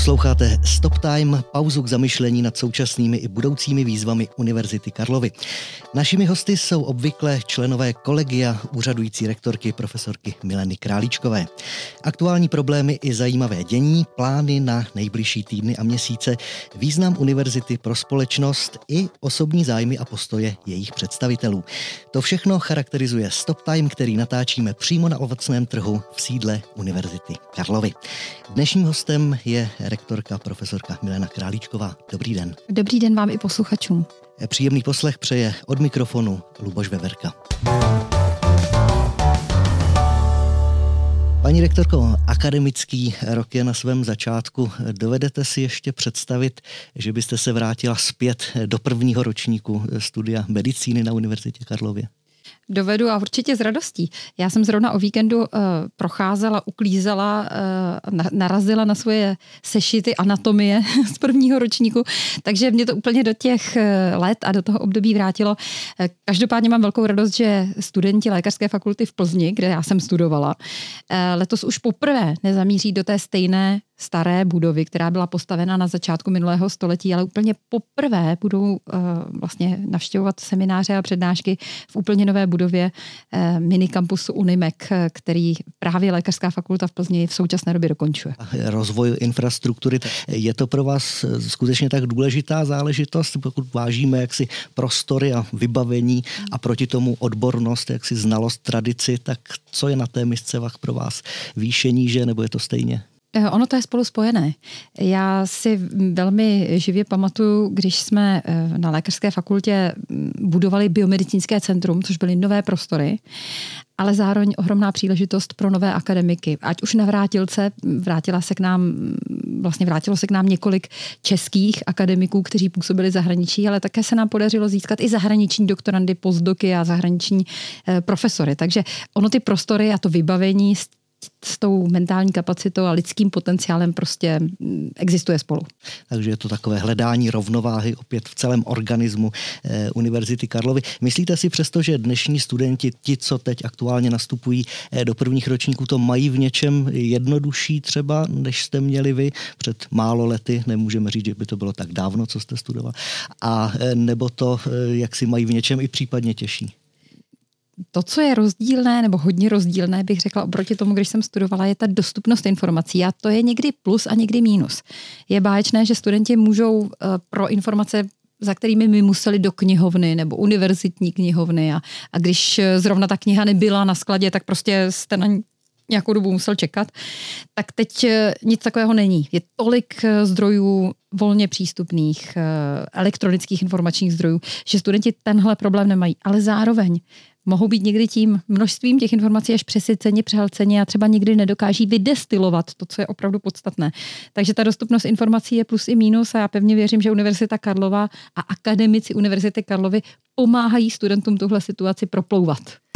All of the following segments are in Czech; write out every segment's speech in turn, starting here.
Posloucháte Stop Time, pauzu k zamyšlení nad současnými i budoucími výzvami Univerzity Karlovy. Našimi hosty jsou obvykle členové kolegia úřadující rektorky profesorky Mileny Králíčkové. Aktuální problémy i zajímavé dění, plány na nejbližší týdny a měsíce, význam univerzity pro společnost i osobní zájmy a postoje jejich představitelů. To všechno charakterizuje Stop Time, který natáčíme přímo na Ovocném trhu v sídle Univerzity Karlovy. Dnešním hostem je rektorka profesorka Milena Králíčková. Dobrý den. Dobrý den vám i posluchačům. Příjemný poslech přeje od mikrofonu Luboš Veverka. Paní rektorko, akademický rok je na svém začátku. Dovedete si ještě představit, že byste se vrátila zpět do prvního ročníku studia medicíny na Univerzitě Karlově? Dovedu a určitě s radostí. Já jsem zrovna o víkendu procházela, uklízela, narazila na svoje sešity anatomie z prvního ročníku, takže mě to úplně do těch let a do toho období vrátilo. Každopádně mám velkou radost, že studenti Lékařské fakulty v Plzni, kde já jsem studovala, letos už poprvé nezamíří do té stejné staré budovy, která byla postavena na začátku minulého století, ale úplně poprvé budou vlastně navštěvovat semináře a přednášky v úplně nové budově minikampusu Unimed, který právě Lékařská fakulta v Plzni v současné době dokončuje. Rozvoj infrastruktury, je to pro vás skutečně tak důležitá záležitost, pokud vážíme jaksi prostory a vybavení a proti tomu odbornost, jaksi znalost, tradici, tak co je na té misce vah pro vás? Výše, níže, nebo je to stejně? Ono to je spolu spojené. Já si velmi živě pamatuju, když jsme na Lékařské fakultě budovali biomedicínské centrum, což byly nové prostory, ale zároveň ohromná příležitost pro nové akademiky. Ať už na vrátilce, vrátilo se k nám několik českých akademiků, kteří působili v zahraničí, ale také se nám podařilo získat i zahraniční doktorandy, postdoky a zahraniční profesory. Takže ono ty prostory a to vybavení s tou mentální kapacitou a lidským potenciálem prostě existuje spolu. Takže je to takové hledání rovnováhy opět v celém organismu Univerzity Karlovy. Myslíte si přesto, že dnešní studenti, ti, co teď aktuálně nastupují do prvních ročníků, to mají v něčem jednodušší třeba, než jste měli vy před málo lety? Nemůžeme říct, že by to bylo tak dávno, co jste studoval. A nebo to, jak si mají v něčem i případně těžší? To, co je rozdílné, nebo hodně rozdílné, bych řekla oproti tomu, když jsem studovala, je ta dostupnost informací. A to je někdy plus a někdy mínus. Je báječné, že studenti můžou pro informace, za kterými my museli do knihovny nebo univerzitní knihovny a když zrovna ta kniha nebyla na skladě, tak prostě jste na nějakou dobu musel čekat. Tak teď nic takového není. Je tolik zdrojů volně přístupných, elektronických informačních zdrojů, že studenti tenhle problém nemají. Ale zároveň mohou být někdy tím množstvím těch informací až přesyceni, přehlceni a třeba někdy nedokáží vydestilovat to, co je opravdu podstatné. Takže ta dostupnost informací je plus i mínus a já pevně věřím, že Univerzita Karlova a akademici Univerzity Karlovy pomáhají studentům tuhle situaci proplouvat.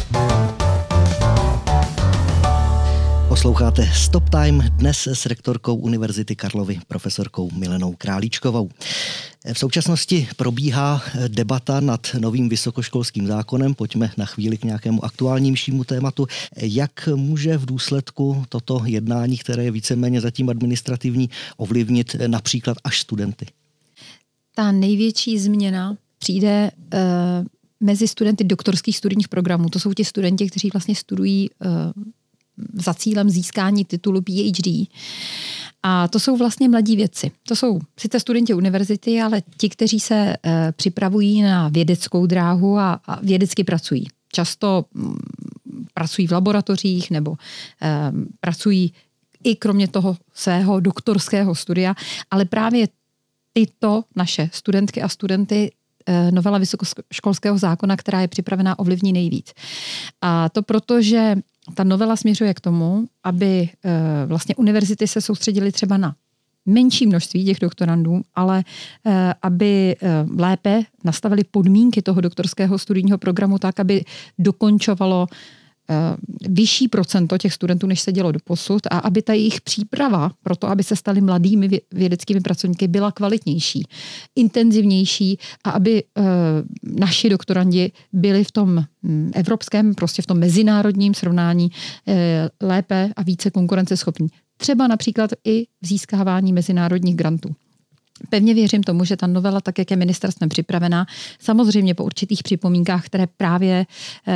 Posloucháte Stop Time dnes s rektorkou Univerzity Karlovy, profesorkou Milenou Králíčkovou. V současnosti probíhá debata nad novým vysokoškolským zákonem. Pojďme na chvíli k nějakému aktuálnějšímu tématu. Jak může v důsledku toto jednání, které je víceméně zatím administrativní, ovlivnit například až studenty? Ta největší změna přijde mezi studenty doktorských studijních programů. To jsou ti studenti, kteří vlastně studují za cílem získání titulu PhD. A to jsou vlastně mladí vědci. To jsou sice studenti univerzity, ale ti, kteří se připravují na vědeckou dráhu a vědecky pracují. Často pracují v laboratořích nebo pracují i kromě toho svého doktorského studia, ale právě tyto naše studentky a studenty novela vysokoškolského zákona, která je připravená, ovlivní nejvíc. A to proto, že ta novela směřuje k tomu, aby vlastně univerzity se soustředily třeba na menší množství těch doktorandů, ale aby lépe nastavili podmínky toho doktorského studijního programu tak, aby dokončovalo vyšší procento těch studentů, než se dělo doposud a aby ta jejich příprava pro to, aby se stali mladými vědeckými pracovníky, byla kvalitnější, intenzivnější a aby naši doktorandi byli v tom evropském, prostě v tom mezinárodním srovnání lépe a více konkurenceschopní. třeba například i v získávání mezinárodních grantů. Pevně věřím tomu, že ta novela, tak jak je ministerstvem připravená, samozřejmě po určitých připomínkách, které právě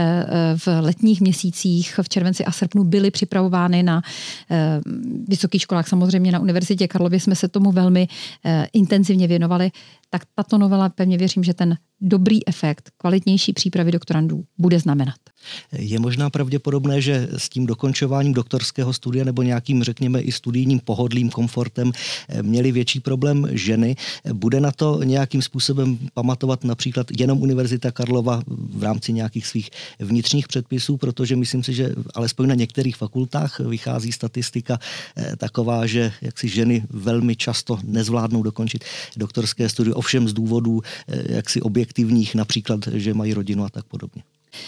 v letních měsících v červenci a srpnu byly připravovány na vysokých školách, samozřejmě na Univerzitě Karlově jsme se tomu velmi intenzivně věnovali, tak tato novela, pevně věřím, že ten dobrý efekt kvalitnější přípravy doktorandů bude znamenat. Je možná pravděpodobné, že s tím dokončováním doktorského studia nebo nějakým, řekněme, i studijním pohodlím, komfortem měli větší problém ženy. Bude na to nějakým způsobem pamatovat například jenom Univerzita Karlova v rámci nějakých svých vnitřních předpisů, protože myslím si, že alespoň na některých fakultách vychází statistika taková, že jaksi ženy velmi často nezvládnou dokončit doktorské studium, ovšem z důvodů jaksi objektivních, například, že mají rodinu a tak podobně.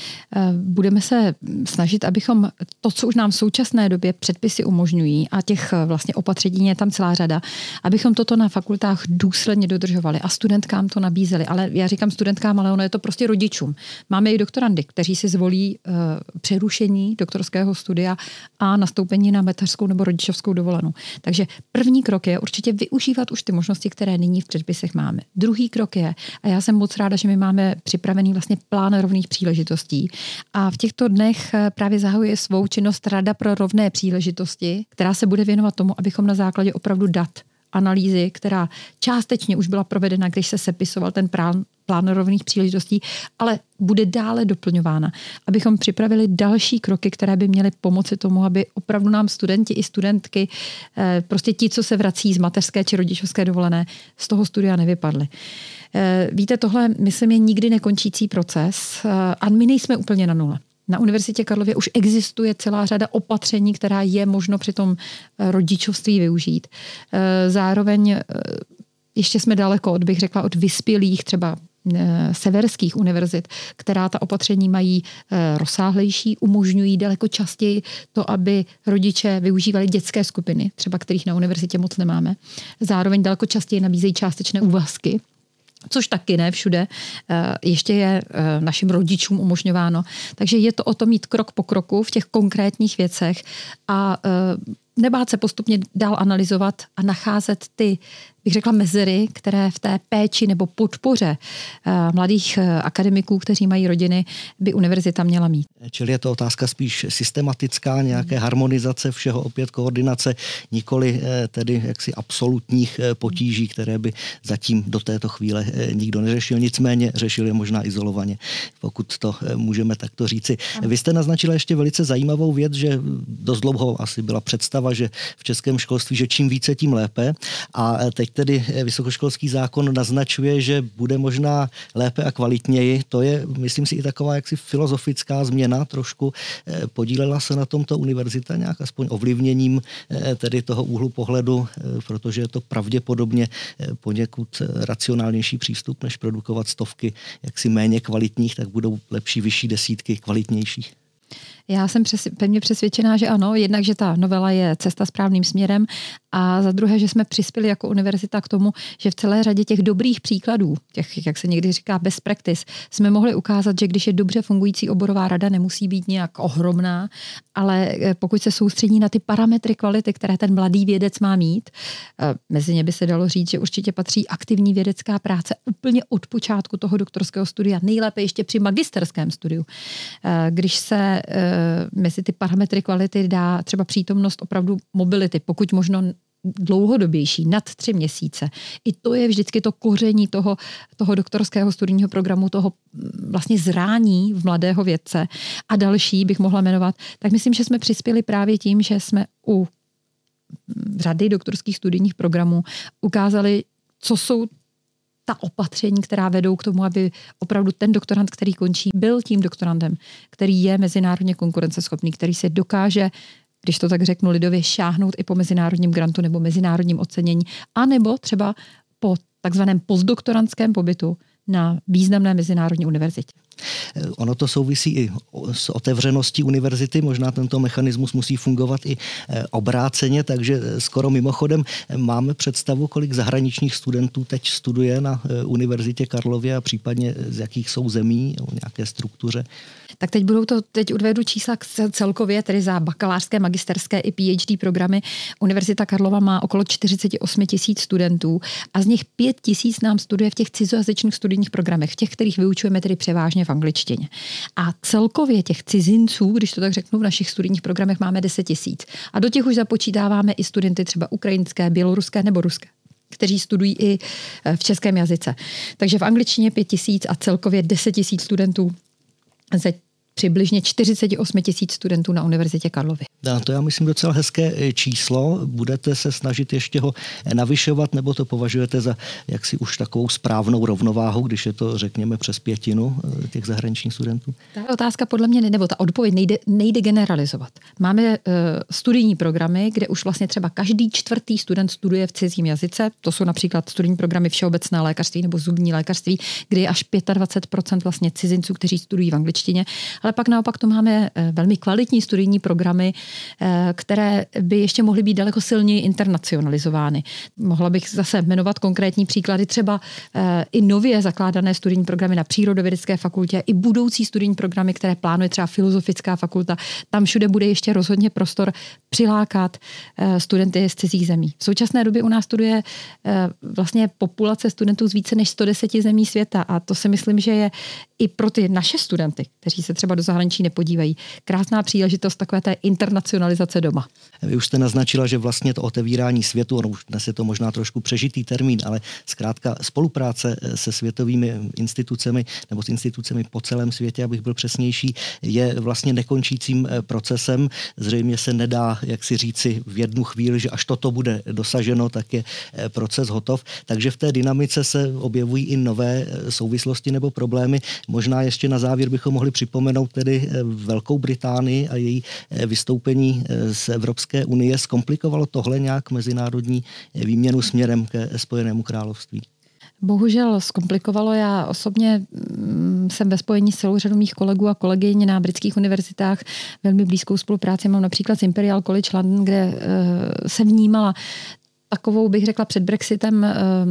Budeme se snažit, abychom to, co už nám v současné době předpisy umožňují a těch vlastně opatření je tam celá řada, abychom toto na fakultách důsledně dodržovali a studentkám to nabízeli. Ale já říkám studentkám, ale ono je to prostě rodičům. Máme i doktorandy, kteří si zvolí přerušení doktorského studia a nastoupení na mateřskou nebo rodičovskou dovolenou. Takže první krok je určitě využívat už ty možnosti, které nyní v předpisech máme. Druhý krok je, a já jsem moc ráda, že my máme připravený vlastně plán rovných příležitostí. A v těchto dnech právě zahajuje svou činnost Rada pro rovné příležitosti, která se bude věnovat tomu, abychom na základě opravdu dat, analýzy, která částečně už byla provedena, když se sepisoval ten plán rovných příležitostí, ale bude dále doplňována, abychom připravili další kroky, které by měly pomoci tomu, aby opravdu nám studenti i studentky, prostě ti, co se vrací z mateřské či rodičovské dovolené, z toho studia nevypadli. Víte, tohle, myslím, je nikdy nekončící proces a my nejsme úplně na nule. Na Univerzitě Karlově už existuje celá řada opatření, která je možno při tom rodičovství využít. Zároveň ještě jsme daleko bych řekla, od vyspělých třeba severských univerzit, která ta opatření mají rozsáhlejší, umožňují daleko častěji to, aby rodiče využívali dětské skupiny, třeba kterých na univerzitě moc nemáme. Zároveň daleko častěji nabízejí částečné úvazky, což taky ne všude, ještě je našim rodičům umožňováno. Takže je to o tom mít krok po kroku v těch konkrétních věcech a nebát se postupně dál analyzovat a nacházet ty, bych řekla, mezery, které v té péči nebo podpoře mladých akademiků, kteří mají rodiny, by univerzita měla mít. Čili je to otázka spíš systematická, nějaké harmonizace všeho, opět koordinace, nikoli tedy jaksi absolutních potíží, které by zatím do této chvíle nikdo neřešil, nicméně řešil je možná izolovaně, pokud to můžeme takto říci. Vy jste naznačila ještě velice zajímavou věc, že dost dlouho asi byla představa, že v českém školství, že čím více, tím lépe. A teď tedy vysokoškolský zákon naznačuje, že bude možná lépe a kvalitněji. To je, myslím si, i taková jaksi filozofická změna trošku. Podílela se na tomto univerzita nějak aspoň ovlivněním tedy toho úhlu pohledu, protože je to pravděpodobně poněkud racionálnější přístup, než produkovat stovky jaksi méně kvalitních, tak budou lepší, vyšší desítky kvalitnějších. Já jsem pevně přesvědčená, že ano, jednak, že ta novela je cesta správným směrem a za druhé, že jsme přispěli jako univerzita k tomu, že v celé řadě těch dobrých příkladů, těch, jak se někdy říká, best practice, jsme mohli ukázat, že když je dobře fungující oborová rada, nemusí být nějak ohromná, ale pokud se soustředí na ty parametry kvality, které ten mladý vědec má mít, mezi ně by se dalo říct, že určitě patří aktivní vědecká práce úplně od počátku toho doktorského studia, nejlépe ještě při magisterském studiu. Když se mezi ty parametry kvality dá třeba přítomnost opravdu mobility, pokud možno dlouhodobější, nad 3 měsíce. I to je vždycky to koření toho doktorského studijního programu, toho vlastně zrání v mladého vědce a další bych mohla jmenovat. Tak myslím, že jsme přispěli právě tím, že jsme u řady doktorských studijních programů ukázali, co jsou ta opatření, která vedou k tomu, aby opravdu ten doktorand, který končí, byl tím doktorandem, který je mezinárodně konkurenceschopný, který se dokáže, když to tak řeknu lidově, šáhnout i po mezinárodním grantu nebo mezinárodním ocenění, anebo třeba po takzvaném postdoktorandském pobytu na významné mezinárodní univerzitě. Ono to souvisí i s otevřeností univerzity, možná tento mechanismus musí fungovat i obráceně, takže skoro mimochodem máme představu, kolik zahraničních studentů teď studuje na Univerzitě Karlově a případně z jakých jsou zemí, o nějaké struktuře. Tak teď odvedu čísla celkově, tedy za bakalářské, magisterské i PhD programy. Univerzita Karlova má okolo 48 000 studentů a z nich 5 000 nám studuje v těch cizojazyčných studijních programech, v těch, kterých vyučujeme tedy převážně v angličtině. A celkově těch cizinců, když to tak řeknu, v našich studijních programech máme 10 000. A do těch už započítáváme i studenty třeba ukrajinské, běloruské nebo ruské, kteří studují i v českém jazyce. Takže v angličtině 5 000 a celkově 10 000 studentů ze přibližně 48 000 studentů na Univerzitě Karlovy. To já myslím docela hezké číslo. Budete se snažit ještě ho navyšovat, nebo to považujete za jaksi už takovou správnou rovnováhu, když je to, řekněme, přes 1/5 těch zahraničních studentů? Ta otázka podle mě, nebo ta odpověď nejde generalizovat. Máme studijní programy, kde už vlastně třeba každý 4. student studuje v cizím jazyce. To jsou například studijní programy všeobecné lékařství nebo zubní lékařství, kde je až 25% vlastně cizinců, kteří studují v angličtině. Ale pak naopak to máme velmi kvalitní studijní programy, které by ještě mohly být daleko silněji internacionalizovány. Mohla bych zase jmenovat konkrétní příklady, třeba i nově zakládané studijní programy na Přírodovědecké fakultě, i budoucí studijní programy, které plánuje třeba Filozofická fakulta. Tam všude bude ještě rozhodně prostor přilákat studenty z cizích zemí. V současné době u nás studuje vlastně populace studentů z více než 110 zemí světa a to si myslím, že je i pro ty naše studenty, kteří se třeba do zahraničí nepodívají, krásná příležitost takové té internacionalizace doma. Vy už jste naznačila, že vlastně to otevírání světu, ono už dnes je to možná trošku přežitý termín, ale zkrátka spolupráce se světovými institucemi nebo s institucemi po celém světě, abych byl přesnější, je vlastně nekončícím procesem. Zřejmě se nedá, jak si říci, v jednu chvíli, že až toto bude dosaženo, tak je proces hotov. Takže v té dynamice se objevují i nové souvislosti nebo problémy. Možná ještě na závěr bychom mohli připomenout tedy Velkou Británii a její vystoupení z Evropské unie. Zkomplikovalo tohle nějak mezinárodní výměnu směrem ke Spojenému království? Bohužel zkomplikovalo. Já osobně jsem ve spojení s celou řadou mých kolegů a kolegyň na britských univerzitách. Velmi blízkou spolupráci mám například s Imperial College London, kde se vnímala takovou, bych řekla, před Brexitem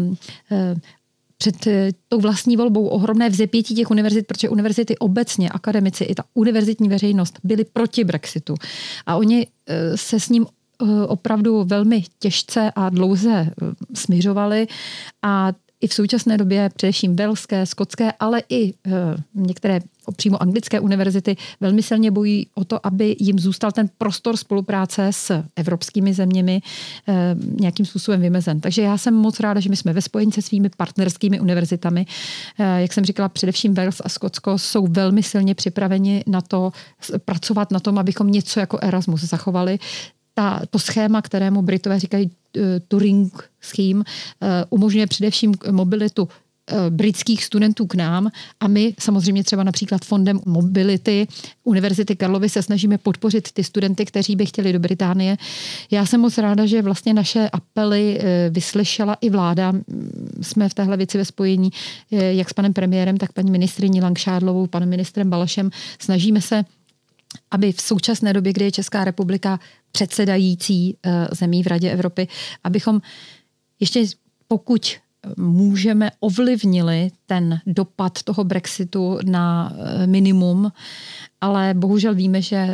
před tou vlastní volbou ohromné vzepětí těch univerzit, protože univerzity obecně, akademici i ta univerzitní veřejnost byli proti Brexitu. A oni se s ním opravdu velmi těžce a dlouze smiřovali a i v současné době především velské, skotské, ale i některé přímo anglické univerzity velmi silně bojí o to, aby jim zůstal ten prostor spolupráce s evropskými zeměmi nějakým způsobem vymezen. Takže já jsem moc ráda, že my jsme ve spojení se svými partnerskými univerzitami. Jak jsem říkala, především Wales a Skotsko jsou velmi silně připraveni na to pracovat na tom, abychom něco jako Erasmus zachovali. To schéma, kterému Britové říkají Turing scheme, umožňuje především mobilitu britských studentů k nám a my samozřejmě třeba například Fondem mobility Univerzity Karlovy se snažíme podpořit ty studenty, kteří by chtěli do Británie. Já jsem moc ráda, že vlastně naše apely vyslyšela i vláda. Jsme v téhle věci ve spojení jak s panem premiérem, tak paní ministryní Langšádlovou, panem ministrem Balašem. Snažíme se, aby v současné době, kdy je Česká republika předsedající zemí v Radě Evropy, abychom ještě pokud můžeme ovlivnili ten dopad toho Brexitu na minimum, ale bohužel víme, že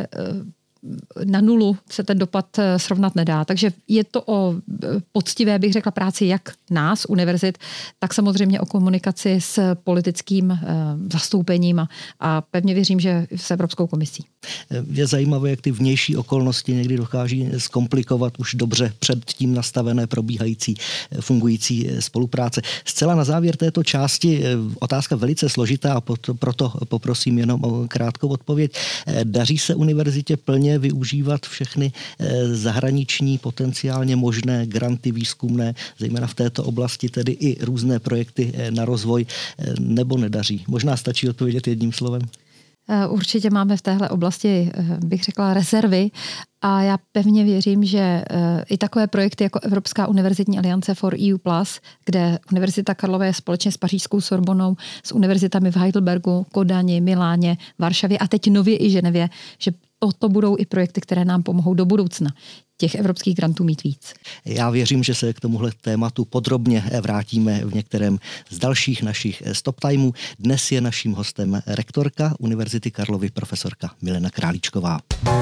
na nulu se ten dopad srovnat nedá. Takže je to o poctivé, bych řekla, práci jak nás, univerzit, tak samozřejmě o komunikaci s politickým zastoupením a pevně věřím, že s Evropskou komisí. Je zajímavé, jak ty vnější okolnosti někdy dokáží zkomplikovat už dobře předtím nastavené, probíhající, fungující spolupráce. Zcela na závěr této části otázka velice složitá a proto poprosím jenom o krátkou odpověď. Daří se univerzitě plně využívat všechny zahraniční potenciálně možné granty výzkumné, zejména v této oblasti, tedy i různé projekty na rozvoj, nebo nedaří? Možná stačí odpovědět jedním slovem. Určitě máme v téhle oblasti, bych řekla, rezervy a já pevně věřím, že i takové projekty jako Evropská univerzitní aliance for EU+, kde Univerzita Karlova je společně s pařížskou Sorbonou, s univerzitami v Heidelbergu, Kodani, Miláně, Varšavě a teď nově i Ženevě, že toto budou i projekty, které nám pomohou do budoucna těch evropských grantů mít víc. Já věřím, že se k tomuhle tématu podrobně vrátíme v některém z dalších našich Stop Timeů. Dnes je naším hostem rektorka Univerzity Karlovy profesorka Milena Králíčková.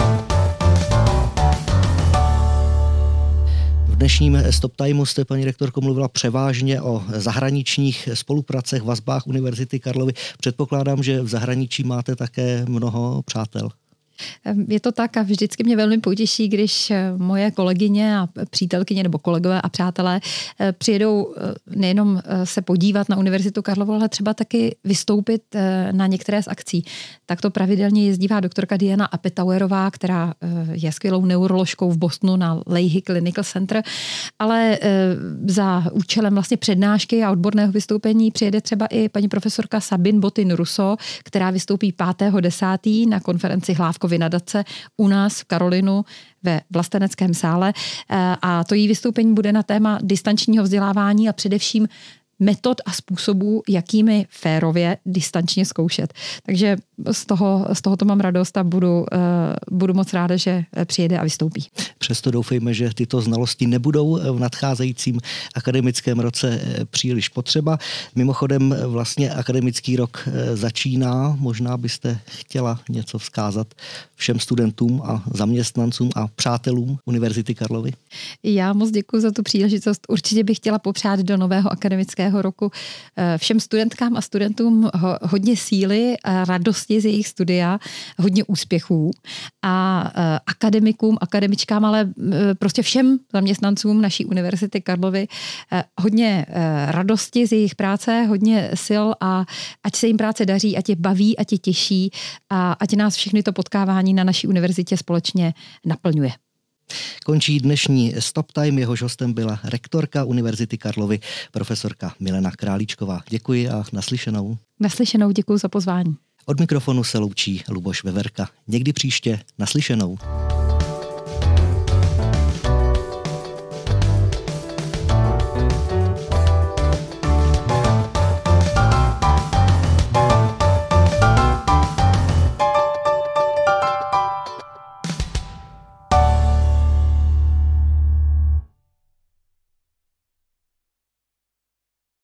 V dnešním Stop Timeu jste, paní rektorko, mluvila převážně o zahraničních spolupracech, vazbách Univerzity Karlovy. Předpokládám, že v zahraničí máte také mnoho přátel. Je to tak a vždycky mě velmi potěší, když moje kolegyně a přítelkyně nebo kolegové a přátelé přijedou nejenom se podívat na Univerzitu Karlovu, ale třeba taky vystoupit na některé z akcí. Tak to pravidelně jezdívá doktorka Diana Apetauerová, která je skvělou neuroložkou v Bostonu na Leahy Clinical Center, ale za účelem vlastně přednášky a odborného vystoupení přijede třeba i paní profesorka Sabine Botin-Russo, která vystoupí 5.10. na konferenci Hlávkovy nadace u nás v Karolinu ve Vlasteneckém sále a to její vystoupení bude na téma distančního vzdělávání a především metod a způsobů, jakými férově distančně zkoušet. Takže z tohoto mám radost a budu moc ráda, že přijede a vystoupí. Přesto doufejme, že tyto znalosti nebudou v nadcházejícím akademickém roce příliš potřeba. Mimochodem vlastně akademický rok začíná. Možná byste chtěla něco vzkázat všem studentům a zaměstnancům a přátelům Univerzity Karlovy? Já moc děkuji za tu příležitost. Určitě bych chtěla popřát do nového akademického roku všem studentkám a studentům hodně síly, radosti z jejich studia, hodně úspěchů a akademikům, akademičkám, ale prostě všem zaměstnancům naší Univerzity Karlovy hodně radosti z jejich práce, hodně sil a ať se jim práce daří, ať je baví, ať je těší a ať nás všechny to potkávání na naší univerzitě společně naplňuje. Končí dnešní Stop Time, jehož hostem byla rektorka Univerzity Karlovy, profesorka Milena Králíčková. Děkuji a naslyšenou. Naslyšenou, děkuji za pozvání. Od mikrofonu se loučí Luboš Veverka. Někdy příště, naslyšenou.